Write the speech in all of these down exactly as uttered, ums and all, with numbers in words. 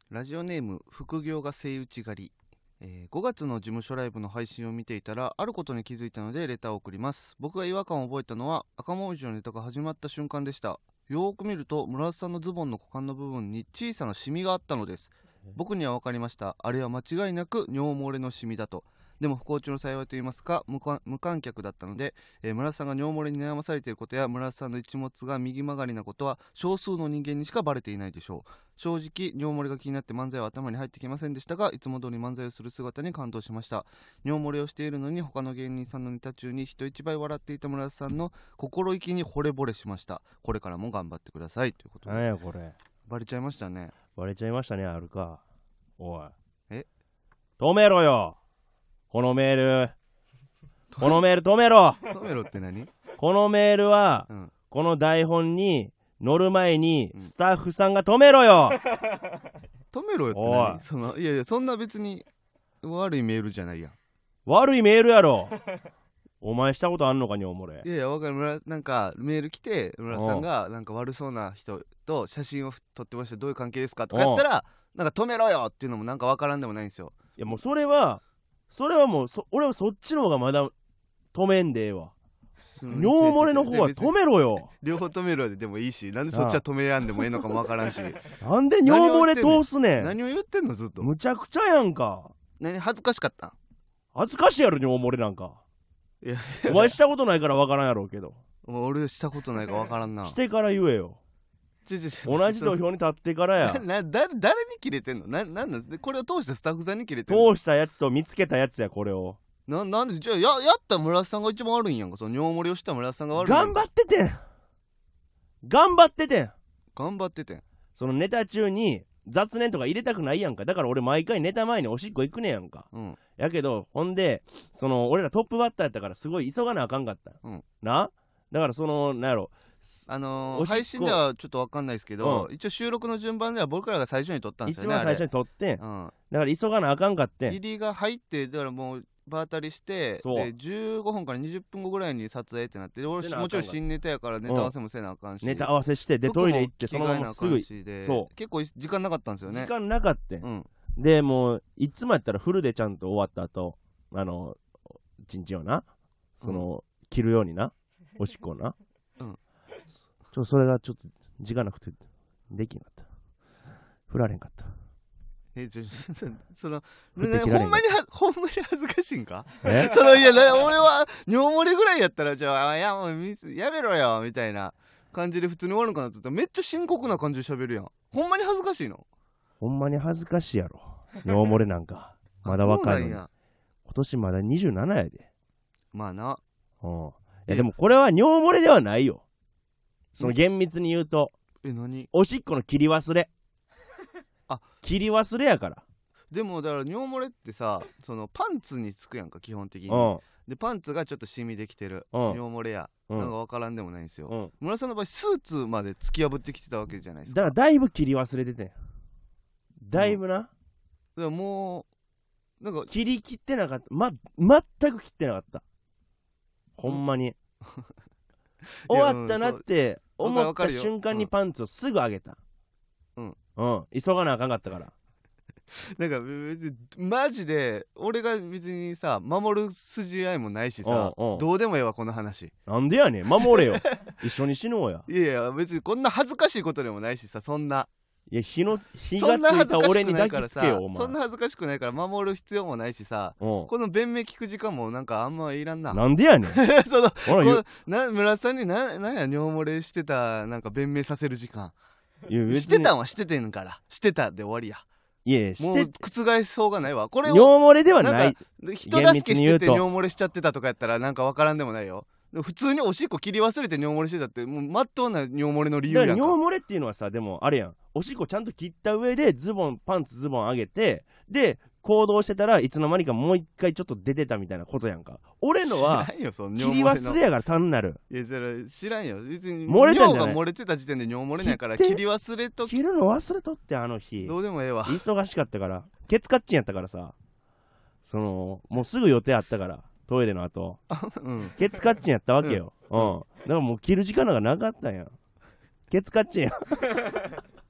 ラジオネーム副業がセイウチ狩り、えー、ごがつの事務所ライブの配信を見ていたらあることに気づいたのでレターを送ります。僕が違和感を覚えたのは赤もみじのネタが始まった瞬間でした。よーく見ると村瀬さんのズボンの股間の部分に小さなシミがあったのです。僕には分かりました。あれは間違いなく尿漏れのシミだと。でも不幸中の幸いといいますか 無, 無観客だったので、えー、村瀬さんが尿漏れに悩まされていることや村瀬さんの一物が右曲がりなことは少数の人間にしかバレていないでしょう。正直尿漏れが気になって漫才は頭に入ってきませんでしたが、いつも通り漫才をする姿に感動しました。尿漏れをしているのに他の芸人さんのネタ中に人一倍笑っていた村瀬さんの心意気に惚れ惚れしました。これからも頑張ってくださいということで。 何やこれ、 バレちゃいましたね。 バレちゃいましたね。あるか。おいえ止めろよこのメールこのメール止めろ止めろって何？ このメールは、うん、この台本に乗る前にスタッフさんが止めろよ、 うん、止めろよって何？そのいやいやそんな別に悪いメールじゃないやん。 悪いメールやろお前したことあんのかにおもれ。 いやいやわかる。なんかメール来て村さんがなんか悪そうな人と写真を撮ってました。どういう関係ですかとかやったらなんか止めろよっていうのもなんかわからんでもないんですよ。 いやもうそれはそれはもうそ俺はそっちの方がまだ止めんでええわ。尿漏れの方は止めろよ。 両方止めろででもいいし、なんでそっちは止めやんでもええのかもわからんしなんで尿漏れ通すねん。 何を言ってんのずっと。 むちゃくちゃやんか。 何恥ずかしかったん？ 恥ずかしいやろ尿漏れなんか。いやお前したことないからわからんやろうけど。 俺したことないからわからんな。 してから言えよ。ちょちょちょ同じ土俵に立ってからやなな誰にキレてんの？ななんなんでこれを通してスタッフさんにキレてんの？通したやつと見つけたやつやこれを。 ななんでじゃあ や, やった村瀬さんが一番悪いんやんか。その尿漏れをした村瀬さんが悪いんやんか。 頑張っててん頑張っててん頑張っててん。 そのネタ中に雑念とか入れたくないやんか。だから俺毎回ネタ前におしっこ行くねやんか、うん、やけどほんでその俺らトップバッターやったからすごい急がなあかんかった、うん、なだからそのなんやろあのー、配信ではちょっと分かんないですけど、うん、一応収録の順番では僕らが最初に撮ったんですよね。 一番最初に撮ってん、うん、だから急がなあかんかってん。 入りが入ってだからもう場当たりしてでじゅうごふんからにじゅっぷんごぐらいに撮影ってなって、俺もちろん新ネタやからネタ合わせもせなあかんし、 うん、ネタ合わせしてでトイレ行ってそのまますぐそう結構時間なかったんですよね。 時間なかった、うん、でもういつもやったらフルでちゃんと終わった後あのチンチンをなその、うん、切るようになおしっこをな、うん、ちょそれがちょっと時間なくてできなかった。振られんかった。 えちょそのほんまにはほんまに恥ずかしいんか？えそのいや俺は尿漏れぐらいやったらじゃあいやもうミスやめろよみたいな感じで普通に終わるのかなと思ったらめっちゃ深刻な感じで喋るやん。ほんまに恥ずかしいの？ ほんまに恥ずかしいやろ尿漏れなんかまだ若いのに今年まだにじゅうななやで。 まあな。 うん。いやでもこれは尿漏れではないよ。その厳密に言うとえ何おしっこの切り忘れあ切り忘れやから。 でもだから尿漏れってさそのパンツにつくやんか基本的に、うん、でパンツがちょっとシミできてる、うん、尿漏れや、うん、なんか分からんでもないんですよ、うん、村さんの場合スーツまで突き破ってきてたわけじゃないですか。 だからだいぶ切り忘れててんだいぶな、うん、だからもうなんか切り切ってなかった、ま、全く切ってなかったほんまに終わったなって思った瞬間にパンツをすぐ上げた。うんうん、急がなあかんかったからなんか別にマジで俺が別にさ守る筋合いもないしさ、うんうん、どうでもええわこの話。 なんでやねん守れよ一緒に死のうや。 いやいや別にこんな恥ずかしいことでもないしさ。そんないや日の日がついた俺に抱きつけよお前。 そんな恥ずかしくないから守る必要もないしさ、うん、この弁明聞く時間もなんかあんまいらんな。 なんでやねんそのこな村さんにななんや尿漏れしてたなんか弁明させる時間してたんはしててんからしてたで終わりや。 いやもう覆しそうがないわこれを。 尿漏れではない。 人助けしてて尿漏れしちゃってたとかやったらなんかわからんでもないよ。普通におしっこ切り忘れて尿漏れしてたってもうまっとうな尿漏れの理由やんか。 尿漏れっていうのはさでもあれやんおしっこちゃんと切った上でズボンパンツズボン上げてで行動してたらいつの間にかもう一回ちょっと出てたみたいなことやんか。俺のは切り忘れやから単なる。 いやそれ知らんよ別に漏れたんじゃない。尿が漏れてた時点で尿漏れないから切り忘れと切るの忘れとってあの日どうでもええわ。 忙しかったからケツカッチンやったからさそのもうすぐ予定あったからトイレの後、うん、ケツカッチンやったわけよ、うんうん、だからもう切る時間なんかなかったんや。ケツカッチンや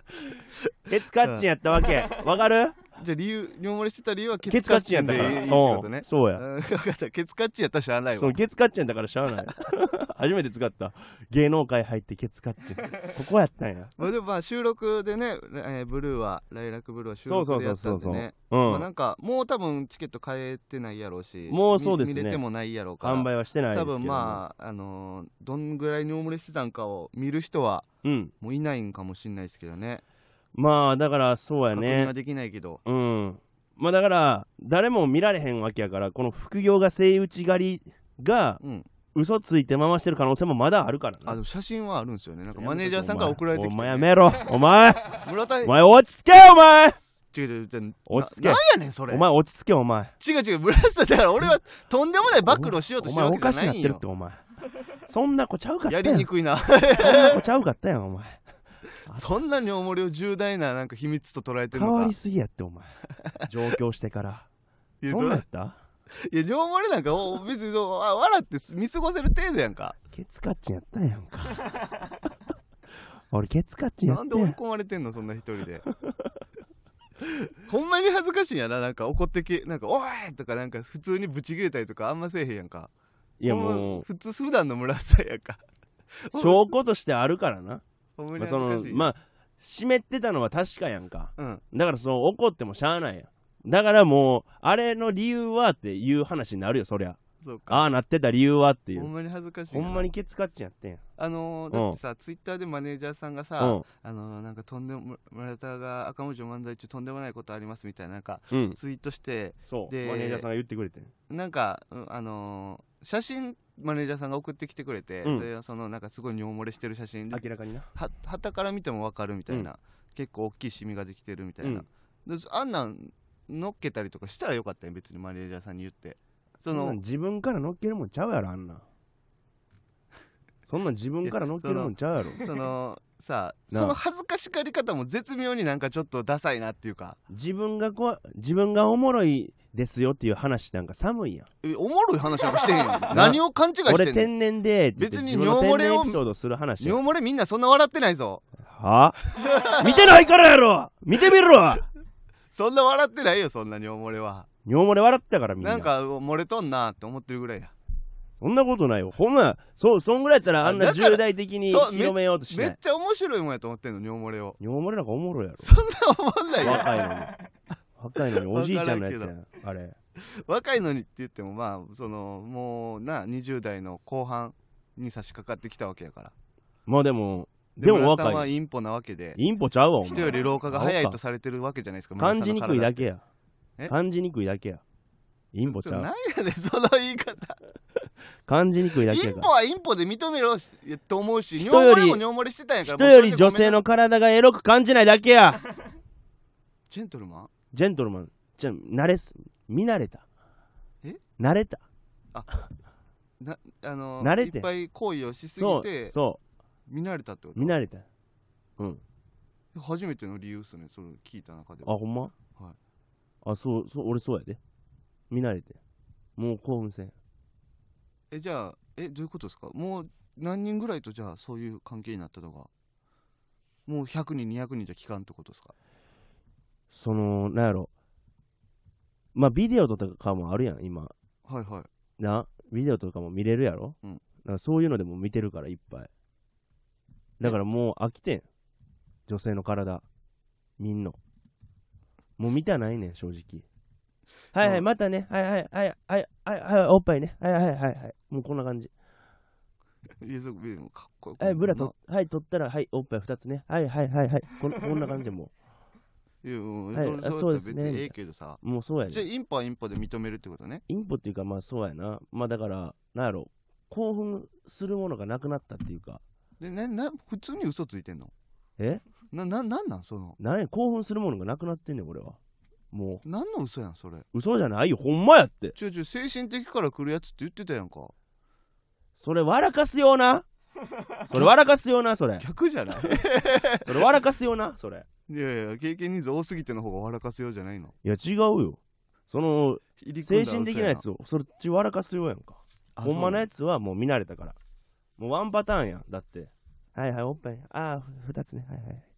ケツカッチンやったわけわかる？ じゃあ理由、尿漏れしてた理由はケケツカッツカッチンチンやったからでいいってことね。 そうや。 分かった。ケツカッチンやったらしゃあないわ。 そう、ケツカッチンやったからしゃあない初めて使った芸能界入ってケツカッチンここやったんや。 まあでもまあ収録でね、えー、ブルーはライラックブルーは収録でやったんでね、まあなんかもう多分チケット買えてないやろうし、 もうそうですね、 見れてもないやろうから販売はしてないですけど、 多分まああのー、どんぐらい尿漏れしてたんかを見る人はもういないんかもしれないですけどね、 うん、まあだからそうやね、 確認はできないけど、 うんまあだから誰も見られへんわけやから、この副業がセイウチ狩りが、うん嘘ついて回してる可能性もまだあるからな。 あ、でも写真はあるんですよね。なんかマネージャーさんから送られてきて、ね、 お前やめろお前村田お前落ち着けお前違う違う違う落ち着けな、なんやねんそれお前落ち着けお前違う違う村田さんだから俺はとんでもない暴露しようとしてるわけじゃないんよ。お前おかしなってるってお前そんな子ちゃうかったやん。 やりにくいなそんな子ちゃうかったやんお前そんな尿漏れを重大ななんか秘密と捉えてるのか。 変わりすぎやってお前上京してからそんなやったいや、尿漏れなんかお別にそう笑って見過ごせる程度やんか。 ケツカッチンやったんやんか俺ケツカッチンやったんや。 なんで追い込まれてんのそんな一人でほんまに恥ずかしいんやな。なんか怒ってきなんかおいとかなんか普通にブチ切れたりとかあんませえへんやんか。 いやもう普通普段の村さんやんか証拠としてあるからなほんまにまあ、そのまあ湿ってたのは確かやんか、うん、だからその怒ってもしゃあないやん。だからもうあれの理由はっていう話になるよそりゃ。 そうか、 ああなってた理由はっていう。 ほんまに恥ずかしい。 ほんまにケツカッチンやってん。 あのー、だってさ、うん、ツイッターでマネージャーさんがさ、うん、あのー、なんかとんでも村田が赤文字漫才中とんでもないことありますみたいななんか、うん、ツイートして、 そうでマネージャーさんが言ってくれてなんか、うん、あのー、写真マネージャーさんが送ってきてくれて、うん、でそのなんかすごい尿漏れしてる写真明らかになは旗から見ても分かるみたいな、うん、結構大きいシミができてるみたいな、うん、であんなん乗っけたりとかしたらよかったよ別にマネージャーさんに言って。 その自分から乗っけるもんちゃうやろあんなそんなん自分から乗っけるもんちゃうやろそのさあその恥ずかしがり方も絶妙になんかちょっとダサいなっていうか、 自分がこう自分がおもろいですよっていう話なんか寒いやん。 えおもろい話なんかしてへんよ何を勘違いしてんの。 俺天然で別に尿漏れをエピソードする話尿漏れみんなそんな笑ってないぞ。 はあ見てないからやろ見てみろそんな笑ってないよそんな尿漏れは。 尿漏れ笑ったからみんななんか漏れとんなって思ってるぐらいや。 そんなことないよほんなそそんぐらいやったらあんな重大的に広めようとしない。 め, めっちゃ面白いもんやと思ってんの尿漏れを。 尿漏れなんかおもろいやろ。 そんな思んないよ若いのに若いのにおじいちゃんのやつやんあれ。 若いのにって言ってもまあそのもうなにじゅう代の後半に差し掛かってきたわけやから。 まあでもでも若い。村さんはインポなわけで。 インポちゃうわお前。 人より老化が早いとされてるわけじゃないですか。 感じにくいだけや。感じにくいだけや。インポちゃう。 何やねんその言い方感じにくいだけやから。 インポはインポで認めろと思うし、 人より尿漏れしてたんやから。 人より女性の体がエロく感じないだけや。 ジェントルマンジェントルマンじゃ慣れす見慣れた。 え慣れた。 あなあの慣れていっぱい行為をしすぎてそうそう見慣れたってこと。 見慣れた。うん初めての理由っすねそれ聞いた中では。あほんま。はいあそうそう俺そうやで。見慣れてもう興奮せん。 えじゃあえどういうことですか。もう何人ぐらいとじゃあそういう関係になったのがもうひゃくにんにひゃくにんじゃ聞かんってことですか。 そのなんやろまあビデオとかもあるやん今。 はいはいなビデオとかも見れるやろ、うん、だからそういうのでも見てるからいっぱい。だからもう飽きてん女性の体みんなもう見たないねん正直。はいはい、またね。はいはいはいはいはいはい、おっぱいね。はいはいはいはい。もうこんな感じ。 いや、そこ、かっこよく。 はい、ブラと、はい、取ったら、はい、おっぱいふたつね。はいはいはいはい。こんこんな感じでもう。いや、もう、 はい、 あそうですね。ええけどさ。 もうそうやね。 じゃあ、インポはインポで認めるってことね。 インポっていうか、まあそうやな。まあだから、なんやろ。興奮するものがなくなったっていうか。 で、な、な、普通に嘘ついてんの？ え？ な、な、なんなんその。 なんや、興奮するものがなくなってんねん、俺は。もう何の嘘やんそれ。 嘘じゃないよほんまやって。 ちょちょ精神的から来るやつって言ってたやんか。 それ笑かすようなそれ笑かすようなそれ逆じゃないそれ笑かすようなそれ。 いやいや経験人数多すぎての方が笑かすようじゃないの。 いや違うよその精神的なやつをそっち笑かすようやんか。ほんまのやつはもう見慣れたからもうワンパターンやんだって。はいはいおっぱいああふたつねはいはい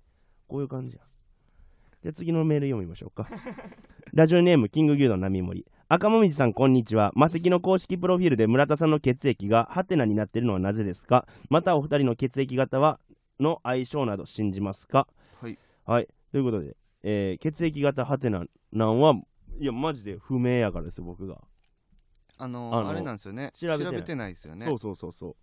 こういう感じや。じゃあ次のメール読みましょうか。ラジオネームキング牛丼並盛。赤もみじさんこんにちは。マセキの公式プロフィールで村田さんの血液がハテナになっているのはなぜですか？またお二人の血液型はの相性など信じますか？ はい、 はい、ということで、えー、血液型ハテナなんはいやマジで不明やからですよ僕が。 あのー、あのあれなんですよね。調べてない、調べてないですよね。 そうそうそうそう。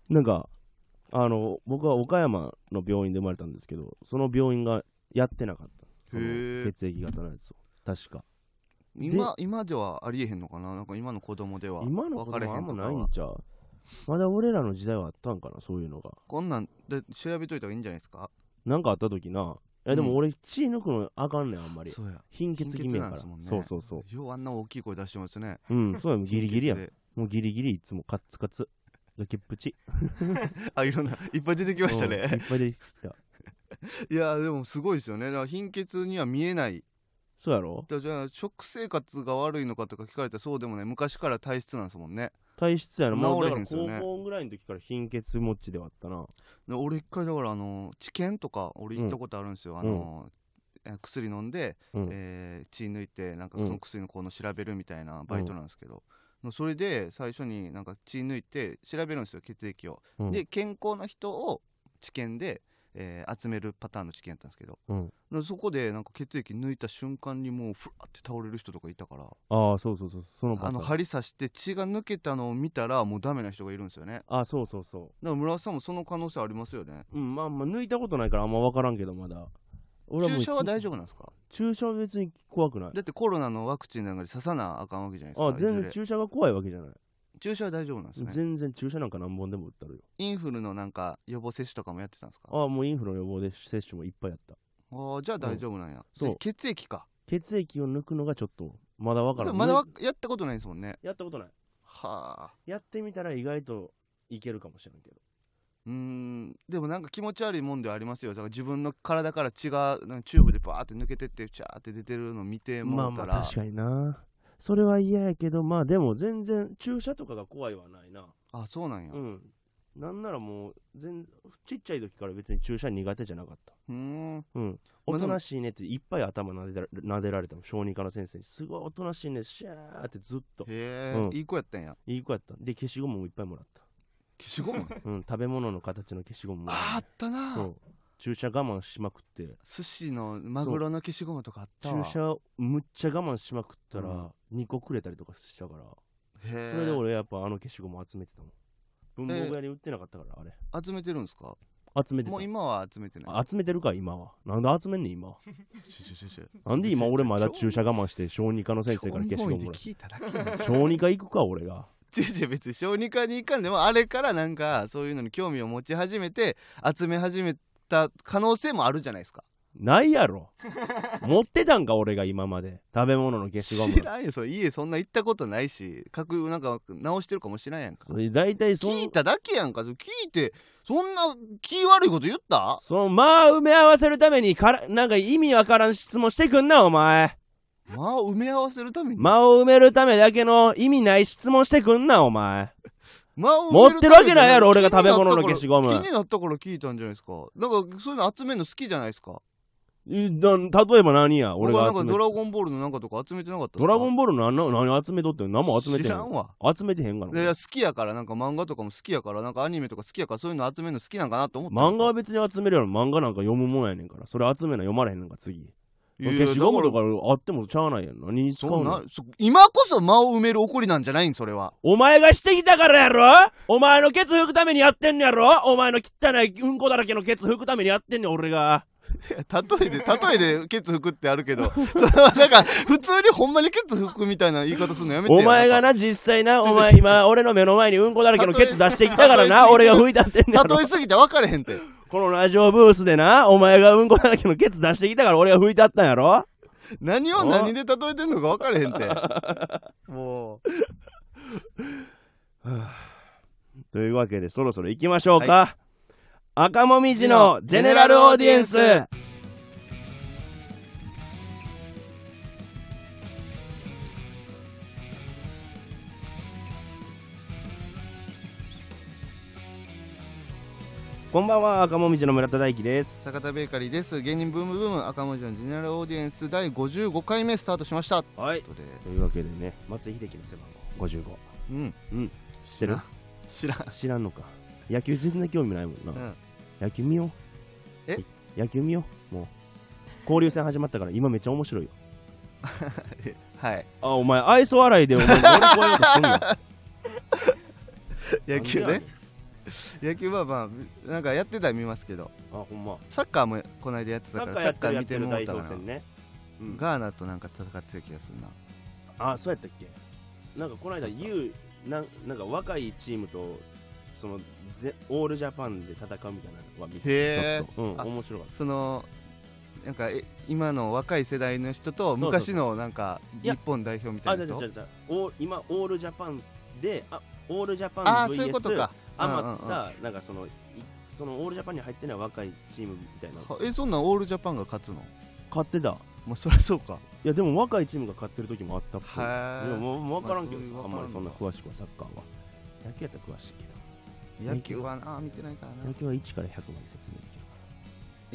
なんかあの僕は岡山の病院で生まれたんですけど、その病院がやってなかった。その血液型のやつを確か。 今, 今ではありえへんのかな。なんか今の子供では今の子供はあんまないんちゃう。まだ俺らの時代はあったんかな、そういうのが。 こんなんで調べといた方がいいんじゃないですか。 なんかあった時な。いやでも俺血抜くのあかんねんあんまり。 そうや、 貧血気味やから。 ね、 そうそうそう。 ようあんな大きい声出してますね。 うん、そうや、ギリギリやん。もうギリギリいつもカッツカツ。崖っぷち。 あ、いろんないっぱい出てきましたね。 いっぱい出てきた。 いやでもすごいですよね。だから貧血には見えない。 そうやろ。 じゃあ食生活が悪いのかとか聞かれたらそうでもない。昔から体質なんですもんね。 体質やな。もうだから高校ぐらいの時から貧血持ちではあったな。 俺一回だからあの治験とか俺行ったことあるんですよ。うん、あの薬飲んで、うん、えー、血抜いてなんかその薬の効能調べるみたいなバイトなんですけど、うん、それで最初になんか血抜いて調べるんですよ、血液を、うん、で健康な人を治験で、えー、集めるパターンの治験やったんですけど、うん、そこでなんか血液抜いた瞬間にもうふわって倒れる人とかいたから。 ああそうそうそう、そのパターン。 あの針刺して血が抜けたのを見たらもうダメな人がいるんですよね。 ああそうそうそう。 だから村田さんもその可能性ありますよね。 うん、まあまあ抜いたことないからあんま分からんけどまだ。 俺は注射は大丈夫なんですか？ 注射は別に怖くない。 だってコロナのワクチンなんかで刺さなあかんわけじゃないですか。 あ全然注射が怖いわけじゃない。 注射は大丈夫なんですね。 全然注射なんか何本でも打ったるよ。 インフルのなんか予防接種とかもやってたんですか？ ああもうインフルの予防で接種もいっぱいやった。 ああじゃあ大丈夫なんや、うん、そう血液か。 血液を抜くのがちょっとまだ分からん。 まだやったことないですもんね。 やったことない。 はあ。 やってみたら意外といけるかもしれんけど。 うーんでもなんか気持ち悪いもんではありますよ。だから自分の体から血がチューブでバーって抜けてってチャーって出てるの見てもらったら、 まあまあ確かにな。それは嫌やけど、まあでも全然注射とかが怖いはないな。 あそうなんや。 うんなんならもう全ちっちゃい時から別に注射苦手じゃなかった。 うーんうんおとなしいねっていっぱい頭撫でら撫でられたの。小児科の先生にすごいおとなしいねシャーってずっと。 へえ、うん、いい子やったんや。 いい子やった。で消しゴムもいっぱいもらった。 消しゴムうん食べ物の形の消しゴムもあ, あったな。 そう注射我慢しまくって。 寿司のマグロの消しゴムとかあったわ。注射むっちゃ我慢しまくったらにこくれたりとかしたから、うん、へそれで俺やっぱあの消しゴム集めてたもん。文房具屋に売ってなかったからあれ集めてるんですか？ 集めてた。 もう今は集めてない。 集めてるか今は。なんで集めんねん今は。なんで今俺まだ注射我慢して小児科の先生から消しゴムもらう。小児科行くか俺が。 違う違う別に小児科に行かんでもあれからなんかそういうのに興味を持ち始めて集め始めた可能性もあるじゃないですか。 ないやろ。持ってたんか俺が今まで食べ物の消しゴム。 知らんよそれ。家そんな行ったことないし各なんか直してるかもしれんやんか。 だいたいそ聞いただけやんか。聞いてそんな気悪いこと言った？ その間を埋め合わせるためにからなんか意味わからん質問してくんなお前。 間を埋め合わせるために間を埋めるためだけの意味ない質問してくんなお前。 間を持ってるわけないやろ俺が食べ物の消しゴム。 気になったから聞いたんじゃないですか。だからそういうの集めるの好きじゃないですか。 例えば何や俺が集めなんかドラゴンボールのなんかとか集めてなかった？ ドラゴンボールの 何, 何集めとってんの？何も集めてへん。 知らんわ。 集めてへんがな。 いや好きやからなんか漫画とかも好きやからなんかアニメとか好きやからそういうの集めるの好きなんかなと思って。 漫画は別に集めるやろ。漫画なんか読むもんやねんから。それ集めな読まれへんのか次。消しゴムとかあってもちゃわないやん。何に使うの？ 今こそ間を埋める怒りなんじゃないんそれは。 お前がしてきたからやろ。お前のケツ拭くためにやってんやろ。お前の汚いうんこだらけのケツ拭くためにやってんねん俺が。 例えで例えでケツ拭くってあるけどそれはなんか普通にほんまにケツ拭くみたいな言い方するのやめてよ。 お前がな実際なお前今俺の目の前にうんこだらけのケツ出してきたからな俺が拭いたってんねんやろ。 例えすぎて分かれへんて。 このラジオブースでなお前がうんこだらけのケツ出してきたから俺が拭いてあったんやろ。 何を何で例えてんのか分かれへんてもう、はあ、というわけでそろそろ行きましょうか、はい、赤もみじのジェネラルオーディエンス。ここんばんは、赤もみじの村田大樹です。 坂田ベーカリーです。芸人ブームブーム赤文字のジェネラルオーディエンスだいごじゅうごかいめスタートしました。 はい、というわけでね、松井秀喜の背番号ごじゅうご。うんうん知ってる？ 知らん知らんのか。野球全然興味ないもんな、うん、野球見よう。 え野球見よう。もう交流戦始まったから今めっちゃ面白いよはい。 あ、お前愛想笑いでお前乗り越えようとすんな野球ね。野球はまあなんかやってたら見ますけど、 あ、ほんま。 サッカーもこの間やってたからサッカー見てもらったら、 ね、 うん、ガーナとなんか戦ってた気がするな。あ、そうやったっけ。なんかこの間 U な、なんか若いチームとそのゼオールジャパンで戦うみたいなのは見て、 へちょっと、うん、面白かった。 そのなんかえ今の若い世代の人と昔のなんか日本代表みたいな人。 あ、じゃじゃじゃ今オールジャパンで、あ、オールジャパンあ、そういうことか。 余ったなんかそのそのオールジャパンに入ってない若いチームみたいな。 え、そんなんオールジャパンが勝つの？ 勝ってた。 まあそりゃそうか。 いやでも若いチームが勝ってる時もあったっぽい。 いやもう分からんけどさ、まあ、あんまりそんな詳しくはサッカーは。野球やったら詳しいけど。野球はな見てないからな。 野球はいちからひゃくまで説明できるから。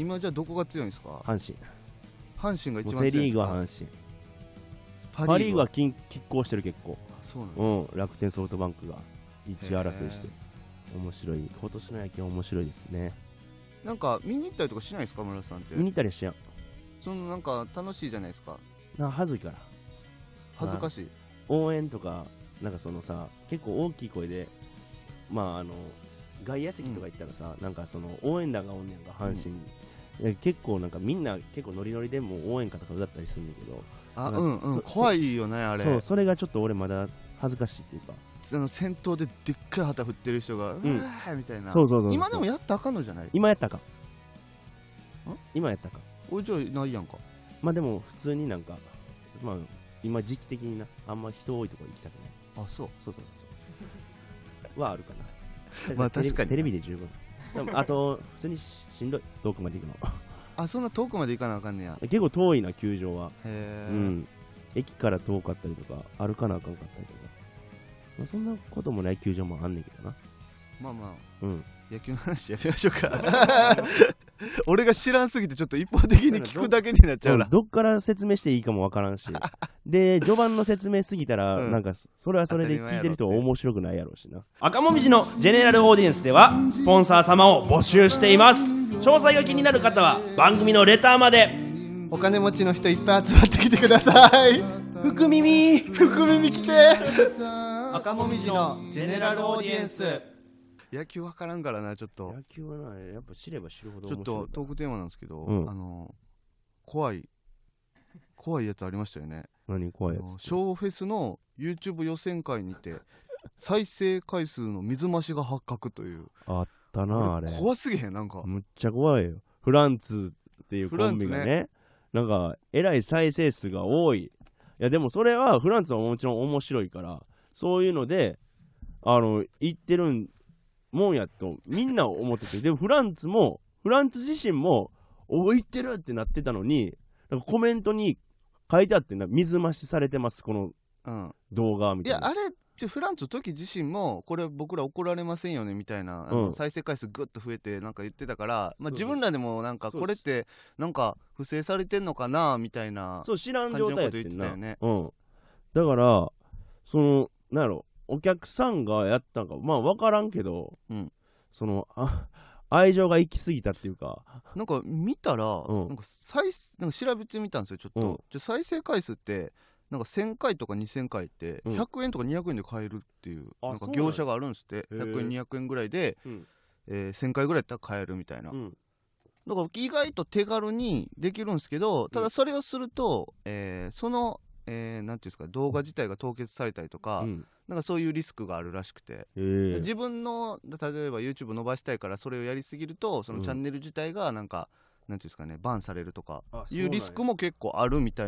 今じゃあどこが強いんですか？ 阪神。 阪神が一番強いんですか？ セリーグは阪神。パリーグは拮抗してる結構。 そうなの？ うん、楽天ソフトバンクがいち争いして面白い。今年の野球は面白いですね。 なんか見に行ったりとかしないですか、村田さんって？ 見に行ったりしやん。 そのなんか楽しいじゃないですか。 なんか恥ずいから。 恥ずかしい。 応援とかなんかそのさ、結構大きい声で、まああの外野席とか行ったらさ、うん、なんかその応援団がおんねんか阪神、うん、結構なんかみんな結構ノリノリでも応援歌とか歌ったりするんだけど、 あ、うんうん、怖いよねあれ。 そう、それがちょっと俺まだ恥ずかしいっていうか。 あの先頭ででっかい旗振ってる人が、うん、うわーみたいな。 そうそうそうそう。 今でもやったらあかんのじゃない？ 今やったか。今やったか。 おい、じゃないやんか。 まあでも普通になんか、まあ今時期的にな、あんま人多いところ行きたくない。 あ、そう。 そうそうそうそうはあるかな。 まあ確かにテレビで十分。でもあと普通にしんどい、遠くまで行くの。 あ、そんな遠くまで行かなあかんねや。 結構遠いな球場は。 へえ。うん。駅から遠かったりとか歩かなあかんかったりとか、まあ、そんなこともない球場もあんねんけどな。 まあまあ、 うん、 野球の話やめましょうか俺が知らんすぎてちょっと一方的に聞くだけになっちゃうな。 どっから説明していいかもわからんしで序盤の説明すぎたら、うん、なんかそれはそれで聞いてる人は面白くないやろうしな。赤もみじのジェネラルオーディエンスではスポンサー様を募集しています。詳細が気になる方は番組のレターまで。 お金持ちの人いっぱい集まってきてください。 福耳福耳来て赤もみじのジェネラルオーディエンス。野球わからんからな。ちょっと野球はな、やっぱ知れば知るほど面白い。ちょっとトークテーマなんですけど、うん、あの怖い怖いやつありましたよね。 何怖いやつ？ ショーフェスの YouTube 予選会にて再生回数の水増しが発覚という。 あったな。あれ怖すぎへん？なんかむっちゃ怖いよ。フランツっていうコンビが ね, ねなんかえらい再生数が多い。いやでもそれはフランツはもちろん面白いからそういうのであの言ってるんもんやとみんな思ってて、でもフランツもフランツ自身もお言ってるってなってたのに、なんかコメントに書いてあってな、水増しされてますこの動画みたいな、 うん、いやあれフランツの時自身もこれ僕ら怒られませんよねみたいな、あの再生回数ぐっと増えてなんか言ってたから、まあ、自分らでもなんかこれってなんか不正されてんのかなみたいな感じのこと言ってたよね。 うん、だからそのなんやろお客さんがやったんかまあ分からんけど、うん、そのあ愛情が行き過ぎたっていうかなんか見たら、うん、なんか再なんか調べてみたんですよちょっと、うん、じゃ再生回数ってなんかせんかいとかにせんかいってひゃくえんとかにひゃくえんで買えるっていう、うん、なんか業者があるんですって。ひゃくえんにひゃくえんぐらいで、うんえー、せんかいぐらいだったら買えるみたいな、うん、だから意外と手軽にできるんですけど、ただそれをすると、えー、その、えー、なんていうんですか動画自体が凍結されたりとか、うん、なんかそういうリスクがあるらしくて、自分の例えば YouTube 伸ばしたいからそれをやりすぎるとそのチャンネル自体がなんか、うん、なんていうんですかねバンされるとかいうリスクも結構あるみたいな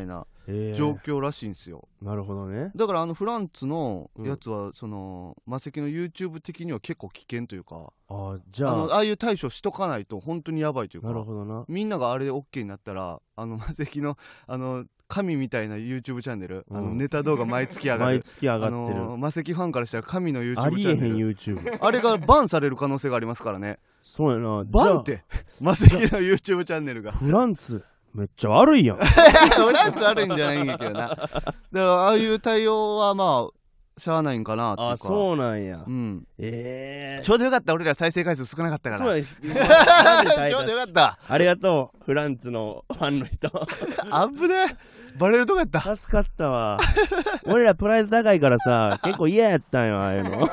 状況らしいんですよ。 なるほどね。 だからあのフランツのやつは、うん、そのマセキの YouTube 的には結構危険というか、 あじゃああのああいう対処しとかないと本当にやばいというか。 なるほどな。 みんながあれで OK になったら、あのマセキのあの神みたいな YouTube チャンネル、うん、あのネタ動画毎月上がる毎月上がってる、 あのマセキファンからしたら神の YouTube チャンネル、 ありえへん YouTube あれがバンされる可能性がありますからね。 そうやな。 バンってマセキの YouTube チャンネルがフランツめっちゃ悪いやん。 フランツ悪いんじゃないんやけどな。だからああいう対応はまあしゃあないんかなっていうか。 あ、そうなんや。 うん。 ええー、 ちょうどよかった。俺ら再生回数少なかったから。 そうや。ちょうどよかった。 ありがとうフランツのファンの人。 あぶね。バレるとこやった。 助かったわ。俺らプライド高いからさ、結構嫌やったんよああいうの。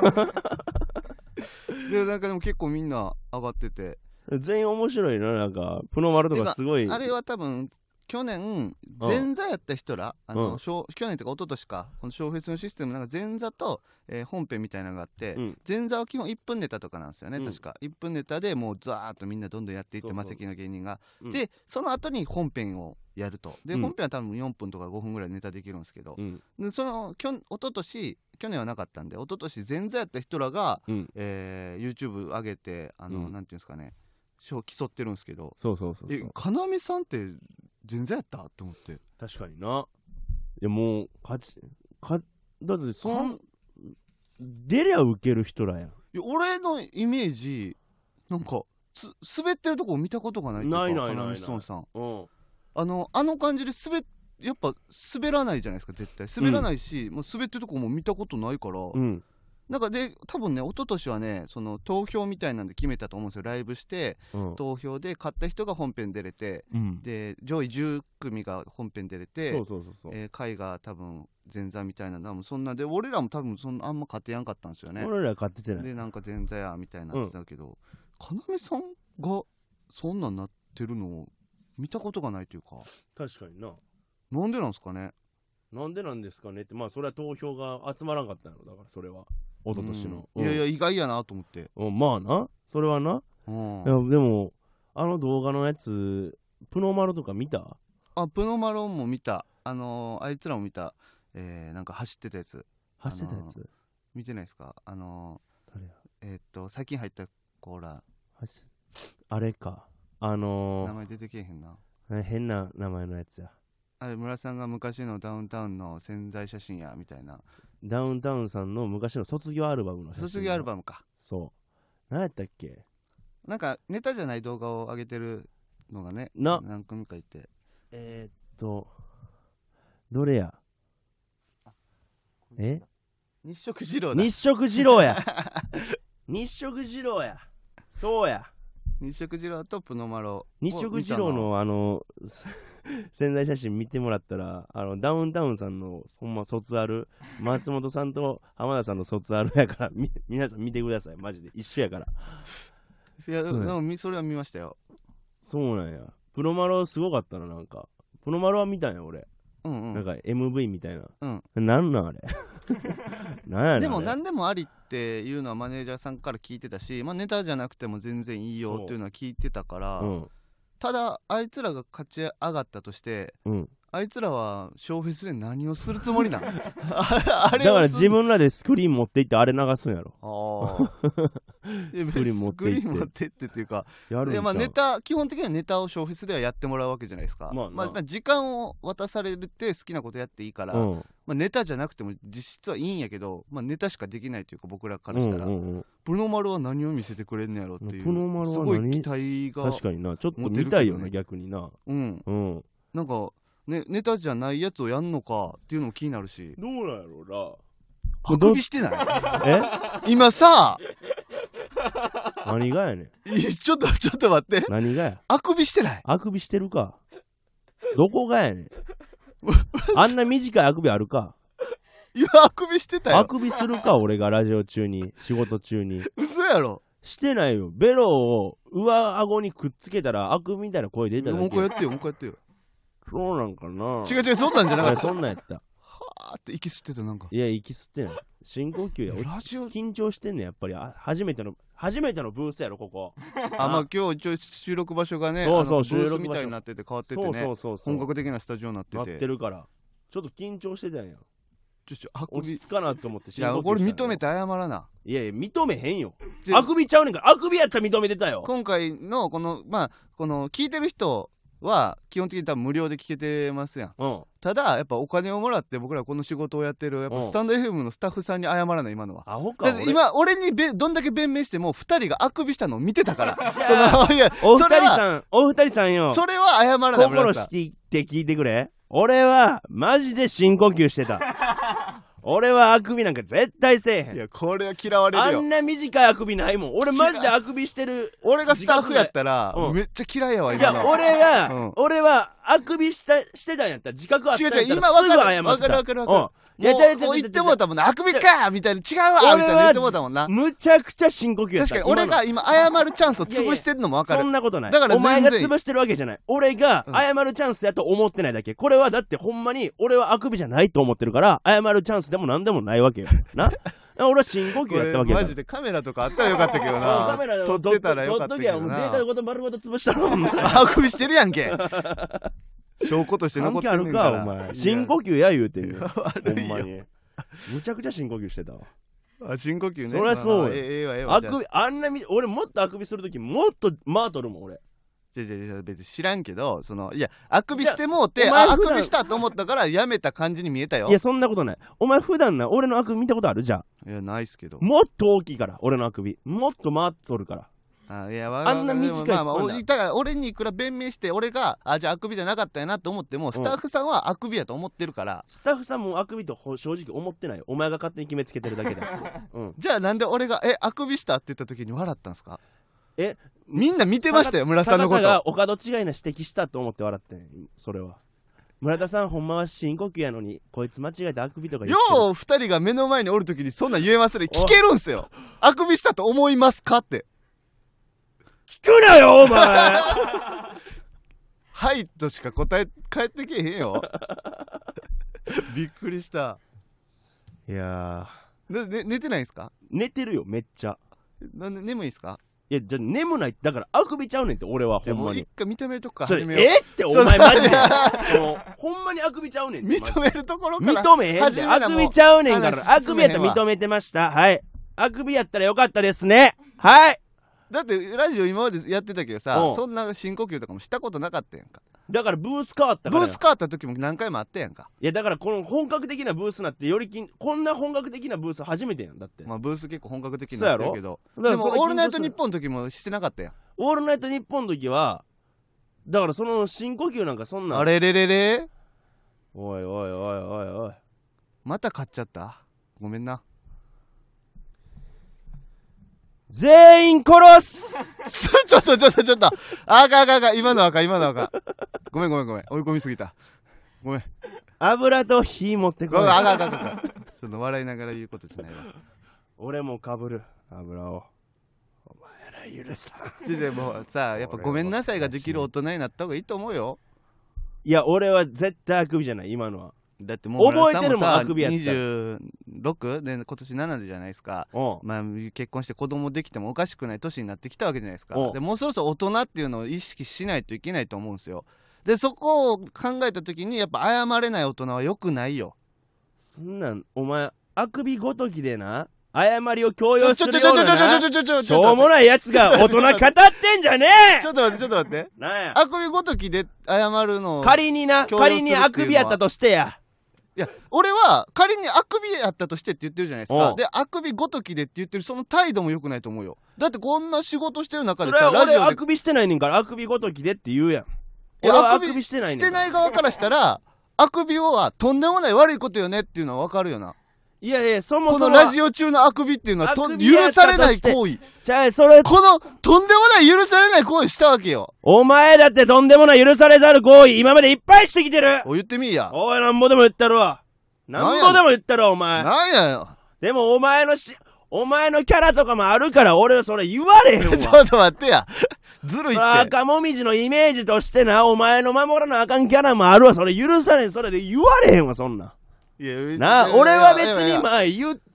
でなんかでも結構みんな上がってて。 全員面白いな。なんかプノマルとかすごい。 あれは多分去年前座やった人ら、うん、あの、うん、去年とか一昨年かこのショーフェスのシステムなんか前座と、えー、本編みたいなのがあって、うん、前座は基本いっぷんネタとかなんですよね、うん、確かいっぷんネタでもうザーッとみんなどんどんやっていってマセキの芸人が、うん、でその後に本編をやるとで、うん、本編は多分よんぷんとかごふんぐらいネタできるんですけど、うん、でそのきょ一昨年去年はなかったんで一昨年前座やった人らが、うんえー、YouTube 上げてあの、うん、なんていうんですかね賞競ってるんですけど、 そうそうそうそう、 え要さんって全然やったって思って。 確かにな。いやもう勝ちかだってそん出りゃウケる人らやん。いや俺のイメージなんかつ滑ってるとこ見たことがないっていうか、 ないないないない、 要ストーンさん、 うん、 あのあの感じで滑やっぱ滑らないじゃないですか絶対滑らないし、うん、もう滑ってるとこも見たことないから、うん、なんかで多分ね一昨年はねその投票みたいなんで決めたと思うんですよ。ライブして、うん、投票で勝った人が本編出れて、うん、で上位じゅっくみが本編出れて、そうそうそうそう、えー、下位が多分前座みたいなのもそんなで俺らも多分そんなあんま勝てやんかったんですよね。 俺ら勝ててないでなんか前座やみたいになってたけど、うん、要さんがそんなんなってるのを見たことがないというか。 確かにな。 なんでなんですかね。 なんでなんですかねって、まあそれは投票が集まらんかったのだからそれは一昨年の、 うん、いやいや意外やなと思って、 うん、まあなそれはな、うん、いやでもあの動画のやつプノマロとか見た？ あプノマロも見た。あのー、あいつらも見た、えー、なんか走ってたやつ走ってたやつ、あのー、 見てないですか？あのー、 誰やえー、っと最近入ったコーラあれかあのー、 名前出てけえへんな変な名前のやつや。 あれ村さんが昔のダウンタウンの宣材写真やみたいな。 ダウンタウンさんの昔の卒業アルバムの写真。 卒業アルバムか。 そう何やったっけ。 なんかネタじゃない動画を上げてるのがねな何組かいて、 えー、っとどれやえ日食二郎だ。 日食二郎や日食二郎やそうや日食二郎とプノマロ。 日食二郎のあの宣材写真見てもらったらあのダウンタウンさんのほんま卒アル松本さんと浜田さんの卒アルやからみ皆さん見てくださいマジで一緒やから。 いやでもそれは見ましたよ。 そうなんや。プノマロすごかったな。なんかプノマロは見たんや俺、うんうん、なんか エムブイ みたいな、うん、なんなんあれなんやねん。 でも何でもありっていうのはマネージャーさんから聞いてたし、まあ、ネタじゃなくても全然いいよっていうのは聞いてたから、うん、ただあいつらが勝ち上がったとして、うん、あいつらはショーフェスで何をするつもりなのあれだから自分らでスクリーン持っていってあれ流すんやろ。 あスクリーン持っていってスクリーン持っていってっていうかやるんちゃう。まあ、ネタ基本的にはネタをショーフェスではやってもらうわけじゃないですか。まあまあ、まあ時間を渡されるって好きなことやっていいから、うんまあ、ネタじゃなくても実質はいいんやけど、まあ、ネタしかできないというか僕らからしたら、うんうんうん、プノマルは何を見せてくれんのやろっていうプノマルはすごい期待が、ね、 確かになちょっと見たいよな逆にな。 うんうん、なんかね、ネタじゃないやつをやんのかっていうのも気になるし。 どうなんやろうな。 あくびしてないえ今さ何がやねん。 ちょっとちょっと待って。 何がや。 あくびしてない。 あくびしてるか。どこがやねんあんな短いあくびあるか。 いやあくびしてたよ。 あくびするか俺がラジオ中に仕事中に。 嘘やろ。 してないよ。ベロを上顎にくっつけたらあくびみたいな声出ただけ。 もう一回やってよもう一回やってよ。 そうなんかな。 違う違うそんなんじゃなかった。 そんなんやった。 はーって息吸ってたなんか。 いや息吸ってない。深呼吸や。ラジオ緊張してんねんやっぱり。あ初めての初めてのブースやろここ。 あまあ今日一応収録場所がね、 そうそうブースみたいになってて変わっててね。そうそうそうそう本格的なスタジオになってて。 なってるから。 ちょっと緊張してたんや。 ちょちょあく落びち着かなと思っていやこれ認めて謝らな。 いやいや認めへんよ。あくびちゃうねんから。あくびやったら認めてたよ。 今回のこのまあこの聞いてる人は基本的に多分無料で聞けてますやん、 うん、 ただやっぱお金をもらって僕らこの仕事をやってるやっぱスタンド エフエム のスタッフさんに謝らない今のは。 アホか。 だって今俺にべどんだけ弁明してもふたりがあくびしたのを見てたからじゃあそのいやお二人さんお二人さんよ、 それは謝らない。 心してって聞いてくれ。俺はマジで深呼吸してた。俺はあくびなんか絶対せえへん。 いやこれは嫌われるよ。 あんな短いあくびないもん。俺マジであくびしてる。 俺がスタッフやったら、うん、めっちゃ嫌いやわ今の。 いや俺は、うん、俺はあくびしたしてたんやったら自覚あったんやったら違う違う今分かるすぐ謝ってた。 分かる分かる分かる、うんいや、 もう、もう言ってもうたもんな。あくびかみたいな、違うわみたいな言ってもうたもんな。 むちゃくちゃ深呼吸やった。 確かに、俺が今、謝るチャンスを潰してるのも分かる。 そんなことない。 だからお前が潰してるわけじゃない。俺が謝るチャンスやと思ってないだけ。これはだってほんまに、俺はあくびじゃないと思ってるから、謝るチャンスでもなんでもないわけよ。な俺は深呼吸やったわけだ。 マジでカメラとかあったらよかったけどな。 カメラ撮ってたらよかったけどな。 データごと丸ごと潰したの。 あくびしてるやんけ。証拠として残ってんねんから。 関係あるかお前。深呼吸や言うてる。ほんまに。むちゃくちゃ深呼吸してたわ。 あ、深呼吸ね。 そりゃそうよ。 ええわええわ。 あくび、あんなみ、俺もっとあくびするときもっとマートるもん俺。 じゃじゃじゃ別に知らんけど、そのいやあくびしてもうて、あ、あくびしたと思ったからやめた感じに見えたよ。 いやそんなことない。お前普段な俺のあくび見たことあるじゃん。 いやないっすけど。 もっと大きいから俺のあくび。もっと回っとるから。 あ, いやあんな短いスパンだ、 まあまあ、だから俺にいくら弁明して俺があじゃああくびじゃなかったんやなと思ってもスタッフさんはあくびやと思ってるから、うん、 スタッフさんもあくびと正直思ってないよ。お前が勝手に決めつけてるだけだ、うん、 じゃあなんで俺がえあくびしたって言った時に笑ったんすか。 えみんな見てましたよ村さんのこと。 がお門違いな指摘したと思って笑ってん。それは村田さんほんまは深呼吸やのにこいつ間違えてあくびとか言ってる。 よう二人が目の前におる時にそんなん言えますね。聞けるんすよ。あくびしたと思いますかって聞くなよお前。 はいとしか答え返ってけへんよ。びっくりした。 いやー、ね、寝てないんすか。 寝てるよめっちゃ。 なんで眠いんすか。 いやじゃあ眠ない。だからあくびちゃうねんって俺はほんまに。 一回認めるとこから始めよう。 えってお前マジでほんまにあくびちゃうねん。 認めるところから認めへんで。あくびちゃうねんから。あくびやったら認めてました。はい。あくびやったらよかったですね。はい。 だってラジオ今までやってたけどさ、そんな深呼吸とかもしたことなかったやんか。 だからブース変わったから。 ブース変わった時も何回もあったやんか。 いやだからこの本格的なブースなってよりきんこんな本格的なブース初めてやん。だってまあブース結構本格的になってるけど、 でもオールナイトニッポンの時もしてなかったやん。 オールナイトニッポンの時はだからその深呼吸なんかそんなあれれれれおいおいおいおいおいまた買っちゃった。ごめんな。 全員殺すちょっとちょっとちょっとあかんあかんあかん。今のあかん今のあかん。ごめんごめんごめん追い込みすぎた。ごめん。 油と火持ってこい。 あかんあかんあかん。その笑いながら言うことじゃないわ。 俺もかぶる油を。お前ら許さん。 ちょもうさやっぱごめんなさいができる大人になった方がいいと思うよ。 いや俺は絶対あくびじゃない今のは。 だってもう覚えてるもんあくびやった。 にじゅうろくで今年ななでじゃないですか。まあ結婚して子供できてもおかしくない年になってきたわけじゃないですか。でもうそろそろ大人っていうのを意識しないといけないと思うんですよ。でそこを考えた時にやっぱ謝れない大人は良くないよ。 そんなんお前あくびごときでな誤りを強要するようななしょうもないやつが大人語ってんじゃねえ。 ちょっと待ってちょっと待って。 なんやあくびごときで謝るの仮にな仮にあくびやったとしてや。 いや俺は仮にあくびやったとしてって言ってるじゃないですか。であくびごときでって言ってるその態度も良くないと思うよ。だってこんな仕事してる中でさそれは俺あくびしてないねんからあくびごときでって言うやん。俺はあくびしてないねん。 してない側からしたらあくびはとんでもない悪いことよねっていうのは分かるよな。 いやいやそもそもこのラジオ中のあくびっていうのはと許されない行為。 じゃあそれこのとんでもない許されない行為したわけよ。 お前だってとんでもない許されざる行為今までいっぱいしてきてる。 お言ってみいや。 おいなんぼでも言ったるわ。なんぼでも言ったるわお前。 なんやよ。 でもお前のしお前のキャラとかもあるから俺はそれ言われへんわ。 ちょっと待ってや。ずるいって。 赤もみじのイメージとしてなお前の守らなあかんキャラもあるわ。それ許されん。それで言われへんわそんな。いやなあ俺は別にまあ言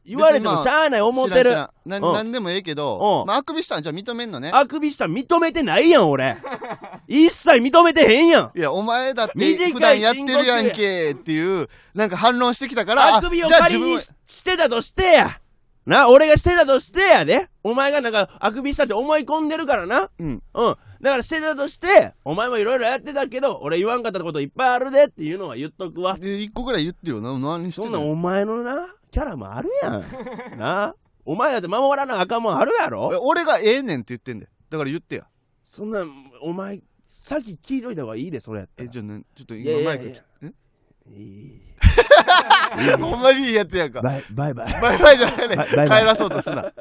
言われてもしゃあない思ってる。 な、なんでもええけど、まあ、あくびしたんじゃ認めんのね。 あくびしたん認めてないやん、俺。一切認めてへんやん。 いや、お前だって普段やってるやんけっていう、なんか反論してきたから、 あくびを仮にしてたとしてや。な、俺がしてたとしてやで。お前がなんか、あくびしたって思い込んでるからな。うん。うん。だからしてたとして、お前もいろいろやってたけど、俺言わんかったこといっぱいあるでっていうのは言っとくわ。 で、一個ぐらい言ってよな。何してんの？ そんなお前のな、キャラもあるやん。な。お前だって守らなあかんもんあるやろ？ 俺がええねんって言ってんだよ。だから言ってや。 そんな、お前、さっき聞いといた方がいいで、それやったら。 え、じゃあね、ちょっと今マイク切って。 いい。 ほんまにいいやつやんか。 バイバイバイ。 バイバイじゃないね。帰らそうとすな。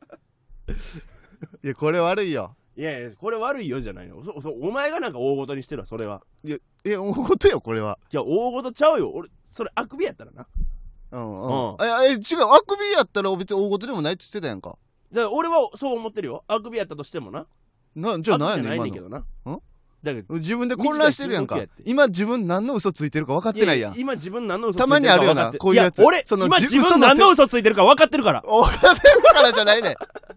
いや、これ悪いよ。 いやいや、これ悪いよじゃないの。そ、そ、お前がなんか大ごとにしてるわ、それは。 いや、え、大ごとよ、これは。 いや、大ごとちゃうよ。俺、それ、あくびやったらな。 うんうん。え、違う、あくびやったら別に大ごとでもないって言ってたやんか。 じゃあ、俺はそう思ってるよ。あくびやったとしてもな。 な、じゃあ何やねん、 ないねんけどな。んだけど自分で混乱してるやんか。今自分何の嘘ついてるか分かってないやん。 今自分何の嘘ついてるかたまにあるよな、こういうやつ。 いや、俺、今自分何の嘘ついてるか分かってるから。 分かってるからじゃないねん。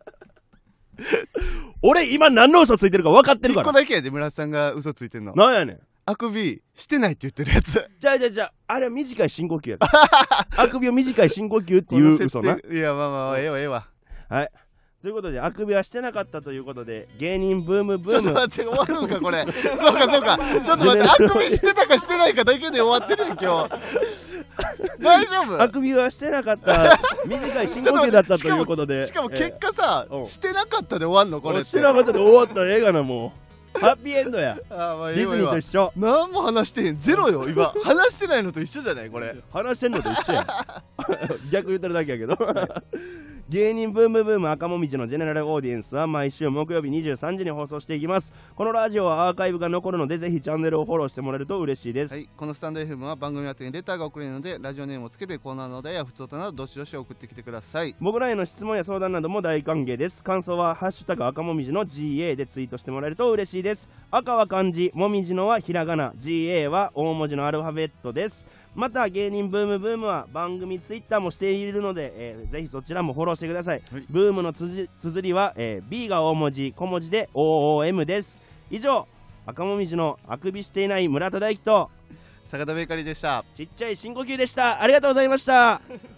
俺今何の嘘ついてるか分かってるから。 一個だけやで、村瀬さんが嘘ついてんの。 なんやねん。 あくびしてないって言ってるやつ。 じゃあじゃあじゃあ、あれは短い深呼吸やで。あくびを短い深呼吸っていう嘘な。いや、まあまあ、ええわ、ええわ。 はい。ということで、あくびはしてなかったということで、芸人ブームブーム。 ちょっと待って、終わるんか、これ。そうか、そうか。ちょっと待って、あくびしてたかしてないかだけで終わってるん、今日。大丈夫？ あくびはしてなかった。短い深呼吸だったということで。 しかも結果さ、してなかったで終わんの、これって。 してなかったで終わったらええがな、もう。ハッピーエンドや。 あ、まあ、 ディズニーと一緒。 何も話してへん。ゼロよ、今。話してないのと一緒じゃないこれ。 話してんのと一緒や。逆言ってるだけやけど。芸人ブームブーム赤もみじのジェネラルオーディエンスは毎週木曜日にじゅうさんじに放送していきます。このラジオはアーカイブが残るのでぜひチャンネルをフォローしてもらえると嬉しいです。 はい、このスタンド エフエム は番組宛てにレターが送れるのでラジオネームをつけてコーナーのお題や普通歌などどしどし送ってきてください。 僕らへの質問や相談なども大歓迎です。感想はハッシュタグ赤もみじの ジーエー でツイートしてもらえると嬉しいです。赤は漢字、もみじのはひらがな、 ジーエー は大文字のアルファベットです。また芸人ブームブームは番組ツイッターもしているので、えー、ぜひそちらもフォローしてください。はい、ブームのつづりは、えー、B が大文字小文字で オーオーエム です。以上、赤もみじのあくびしていない村田大樹と坂田ベーカリーでした。 ちっちゃい深呼吸でした。ありがとうございました。